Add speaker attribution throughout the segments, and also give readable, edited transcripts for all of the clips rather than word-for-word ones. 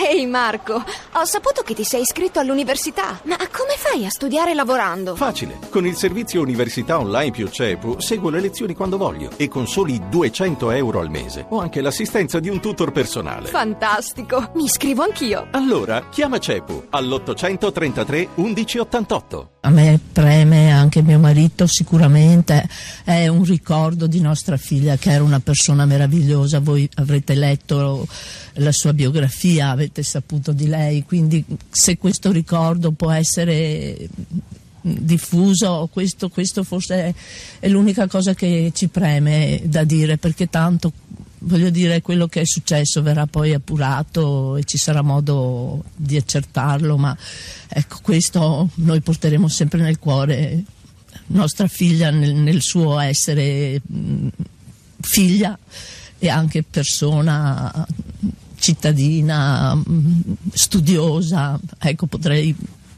Speaker 1: Ehi Marco, ho saputo che ti sei iscritto all'università. Ma come fai a studiare lavorando?
Speaker 2: Facile, con il servizio Università Online più CEPU seguo le lezioni quando voglio e con soli 200 euro al mese ho anche l'assistenza di un tutor personale.
Speaker 1: Fantastico, mi iscrivo anch'io.
Speaker 2: Allora chiama CEPU all'833 1188.
Speaker 3: A me preme, anche mio marito sicuramente, è un ricordo di nostra figlia che era una persona meravigliosa. Voi avrete letto la sua biografia, avete saputo di lei, quindi se questo ricordo può essere diffuso, questo forse è l'unica cosa che ci preme da dire, perché tanto, voglio dire, quello che è successo verrà poi appurato e ci sarà modo di accertarlo, ma ecco, questo noi porteremo sempre nel cuore, nostra figlia nel suo essere figlia e anche persona cittadina, studiosa. Ecco, potrei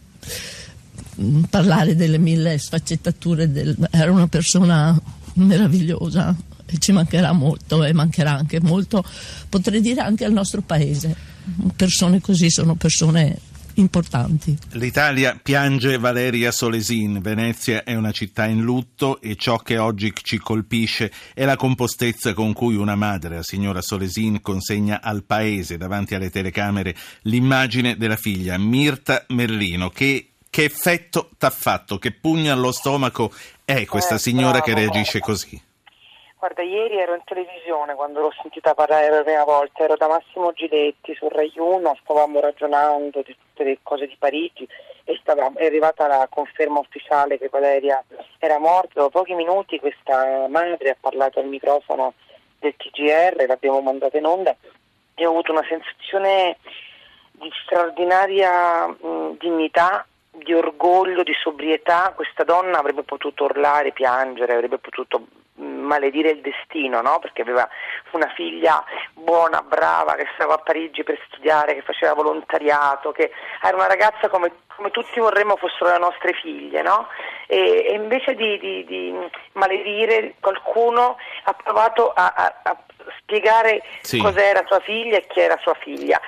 Speaker 3: parlare delle mille sfaccettature era una persona meravigliosa e ci mancherà molto, e mancherà anche molto, potrei dire, anche al nostro paese. Persone così sono persone importanti.
Speaker 4: L'Italia piange Valeria Solesin. Venezia è una città in lutto e ciò che oggi ci colpisce è la compostezza con cui una madre, la signora Solesin, consegna al paese davanti alle telecamere l'immagine della figlia Mirta Merlino. Che effetto t'ha fatto? Che pugno allo stomaco è questa signora che reagisce così?
Speaker 5: Guarda, ieri ero in televisione quando l'ho sentita parlare la prima volta, ero da Massimo Giletti su Rai 1, stavamo ragionando di tutte le cose di Parigi e è arrivata la conferma ufficiale che Valeria era morta. Dopo pochi minuti questa madre ha parlato al microfono del TGR, l'abbiamo mandata in onda e ho avuto una sensazione di straordinaria dignità, di orgoglio, di sobrietà. Questa donna avrebbe potuto urlare, piangere, avrebbe potuto maledire il destino, no? Perché aveva una figlia buona, brava, che stava a Parigi per studiare, che faceva volontariato, che era una ragazza come tutti vorremmo fossero le nostre figlie, no? E invece di maledire qualcuno ha provato a spiegare cos'era sua figlia e chi era sua figlia.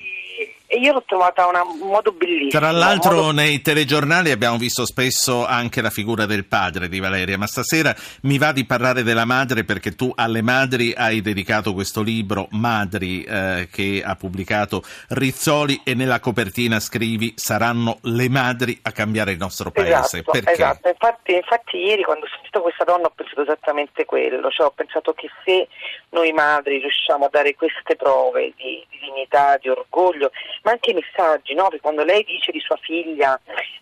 Speaker 5: E io l'ho trovata un modo bellissimo.
Speaker 4: Tra l'altro nei telegiornali abbiamo visto spesso anche la figura del padre di Valeria, ma stasera mi va di parlare della madre, perché tu alle madri hai dedicato questo libro, Madri, che ha pubblicato Rizzoli, e nella copertina scrivi: saranno le madri a cambiare il nostro paese.
Speaker 5: Esatto,
Speaker 4: perché?
Speaker 5: Esatto. Infatti ieri quando ho sentito questa donna ho pensato esattamente quello, cioè ho pensato che se noi madri riusciamo a dare queste prove di dignità, di orgoglio, ma anche i messaggi, no? Perché quando lei dice di sua figlia,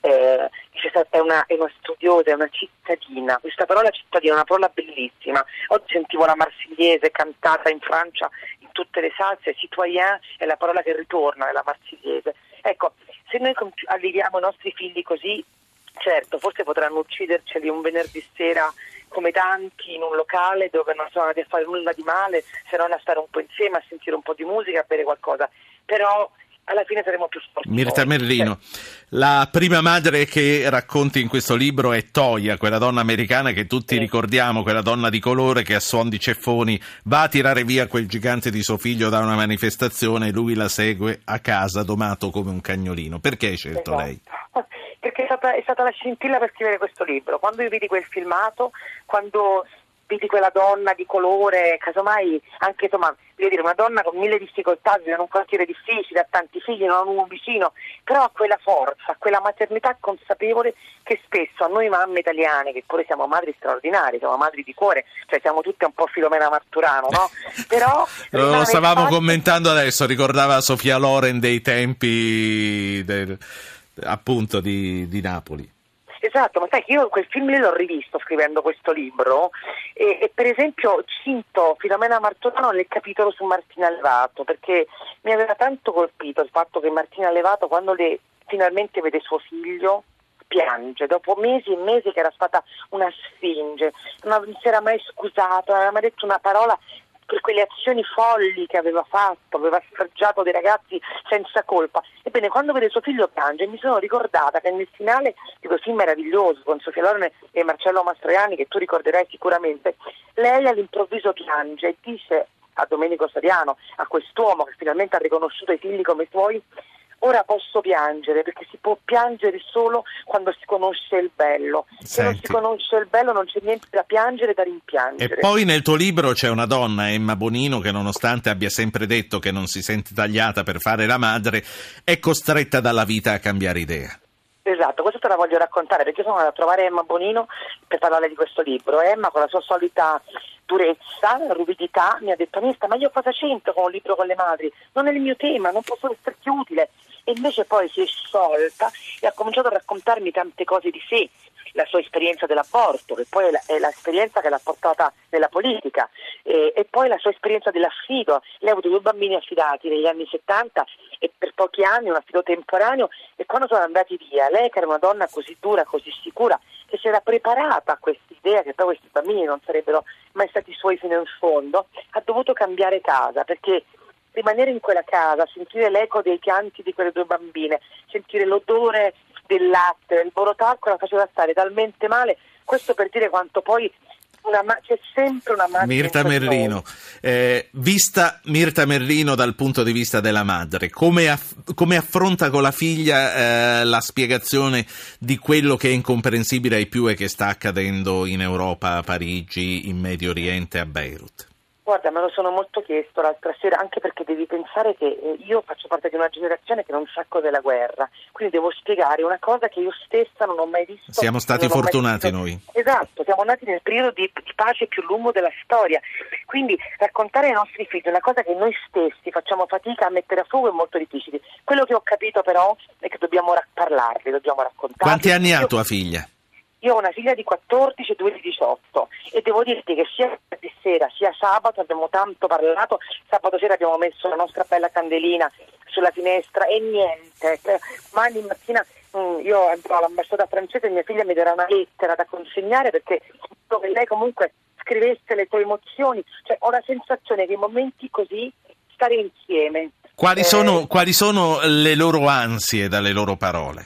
Speaker 5: dice è una studiosa, è una cittadina. Questa parola cittadina è una parola bellissima. Oggi sentivo la Marsigliese cantata in Francia in tutte le salse. Citoyen è la parola che ritorna nella Marsigliese. Ecco, se noi allieviamo i nostri figli così, certo, forse potranno ucciderceli un venerdì sera come tanti in un locale dove non sono andati a fare nulla di male, se non a stare un po' insieme, a sentire un po' di musica, a bere qualcosa. Però alla fine saremo più forti.
Speaker 4: Mirta Merlino, la prima madre che racconti in questo libro è Toya, quella donna americana che tutti ricordiamo, quella donna di colore che a suon di ceffoni va a tirare via quel gigante di suo figlio da una manifestazione e lui la segue a casa domato come un cagnolino. Perché hai scelto lei?
Speaker 5: Perché è stata la scintilla per scrivere questo libro. Quando io vidi quel filmato, quando vidi quella donna di colore, casomai anche, insomma, voglio dire, una donna con mille difficoltà, vive in un quartiere difficile, ha tanti figli, non ha un uomo vicino, però ha quella forza, quella maternità consapevole che spesso a noi mamme italiane, che pure siamo madri straordinarie, siamo madri di cuore, cioè siamo tutte un po' Filomena Marturano, no? Però
Speaker 4: lo stavamo commentando adesso, ricordava Sofia Loren dei tempi appunto di Napoli.
Speaker 5: Esatto, ma sai che io quel film l'ho rivisto scrivendo questo libro e per esempio cito Filomena Marturano nel capitolo su Martina Levato, perché mi aveva tanto colpito il fatto che Martina Levato, quando finalmente vede suo figlio, piange dopo mesi e mesi che era stata una sfinge, non si era mai scusata, non aveva mai detto una parola per quelle azioni folli che aveva fatto, aveva sfregiato dei ragazzi senza colpa. Ebbene, quando vede suo figlio piange, mi sono ricordata che nel finale di quel film meraviglioso con Sofia Loren e Marcello Mastroianni, che tu ricorderai sicuramente, lei all'improvviso piange e dice a Domenico Soriano, a quest'uomo che finalmente ha riconosciuto i figli come suoi. Ora posso piangere, perché si può piangere solo quando si conosce il bello. Se non si conosce il bello non c'è niente da piangere, da rimpiangere.
Speaker 4: E poi nel tuo libro c'è una donna, Emma Bonino, che nonostante abbia sempre detto che non si sente tagliata per fare la madre, è costretta dalla vita a cambiare idea.
Speaker 5: Esatto, questo te la voglio raccontare, perché sono andata a trovare Emma Bonino per parlare di questo libro. Emma, con la sua solita durezza, ruvidità, mi ha detto: Mirta, ma io cosa c'entro con un libro con le madri? Non è il mio tema, non posso esserti utile. E invece poi si è sciolta e ha cominciato a raccontarmi tante cose di sé, la sua esperienza dell'aborto, che poi è l'esperienza che l'ha portata nella politica, e poi la sua esperienza dell'affido. Lei ha avuto 2 bambini affidati negli anni 70 e per pochi anni un affido temporaneo, e quando sono andati via, lei che era una donna così dura, così sicura, che si era preparata a quest'idea che poi questi bambini non sarebbero mai stati suoi fino in fondo, ha dovuto cambiare casa, perché rimanere in quella casa, sentire l'eco dei pianti di quelle 2 bambine, sentire l'odore del latte, del borotalco, la faceva stare talmente male. Questo per dire quanto poi c'è sempre una madre.
Speaker 4: Mirta Merlino, vista Mirta Merlino dal punto di vista della madre, come affronta con la figlia la spiegazione di quello che è incomprensibile ai più e che sta accadendo in Europa, a Parigi, in Medio Oriente, a Beirut?
Speaker 5: Guarda, me lo sono molto chiesto l'altra sera, anche perché devi pensare che io faccio parte di una generazione che non sa cos'è la guerra, quindi devo spiegare una cosa che io stessa non ho mai visto.
Speaker 4: Siamo stati fortunati noi.
Speaker 5: Esatto, siamo nati nel periodo di pace più lungo della storia, quindi raccontare ai nostri figli una cosa che noi stessi facciamo fatica a mettere a fuoco è molto difficile. Quello che ho capito però è che dobbiamo parlarli, dobbiamo raccontarli.
Speaker 4: Quanti anni ha tua figlia?
Speaker 5: Io ho una figlia di 14 e 2 di 18 e devo dirti che sia di sera sia sabato abbiamo tanto parlato. Sabato sera abbiamo messo la nostra bella candelina sulla finestra e niente. Domani mattina io andrò all'ambasciata francese e mia figlia mi darà una lettera da consegnare, perché che lei comunque scrivesse le sue emozioni. Cioè, ho la sensazione che in momenti così stare insieme.
Speaker 4: Quali sono le loro ansie dalle loro parole?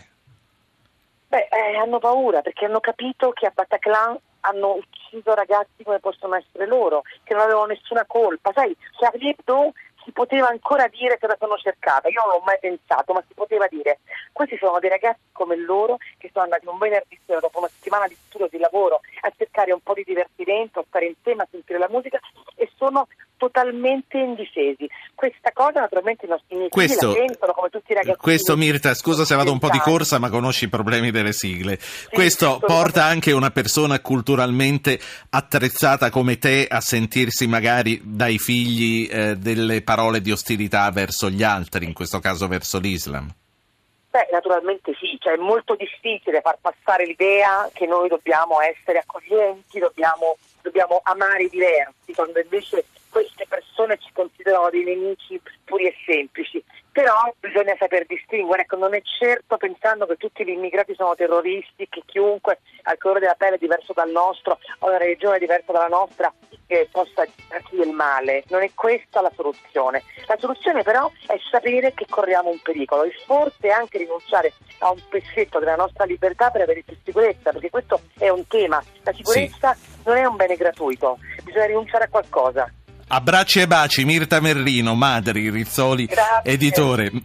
Speaker 5: Hanno paura, perché hanno capito che a Bataclan hanno ucciso ragazzi come possono essere loro, che non avevano nessuna colpa. Sai, Charlie Hebdo si poteva ancora dire che la sono cercata, io non l'ho mai pensato, ma si poteva dire. Questi sono dei ragazzi come loro che sono andati un venerdì sera dopo una settimana di studio, di lavoro, a cercare un po' di divertimento, a stare insieme, a sentire la musica, e sono totalmente indifesi. Questa cosa naturalmente i nostri figli la pensano come tutti i ragazzi.
Speaker 4: Questo, Mirta, scusa se vado un po' di corsa, ma conosci i problemi delle sigle. Sì, questo porta anche una persona culturalmente attrezzata come te a sentirsi magari dai figli delle parole di ostilità verso gli altri, in questo caso verso l'Islam.
Speaker 5: Naturalmente sì, cioè è molto difficile far passare l'idea che noi dobbiamo essere accoglienti, dobbiamo amare i diversi, quando invece queste persone ci considerano dei nemici puri e semplici. Però bisogna saper distinguere, ecco, non è certo pensando che tutti gli immigrati sono terroristi, che chiunque ha il colore della pelle diverso dal nostro o una religione diversa dalla nostra possa farci del male. Non è questa la soluzione. La soluzione però è sapere che corriamo un pericolo e forse anche rinunciare a un pezzetto della nostra libertà per avere più sicurezza, perché questo è un tema. La sicurezza non è un bene gratuito, bisogna rinunciare a qualcosa.
Speaker 4: Abbracci e baci, Mirta Merlino, Madri, Rizzoli,
Speaker 5: Grazie.
Speaker 4: editore.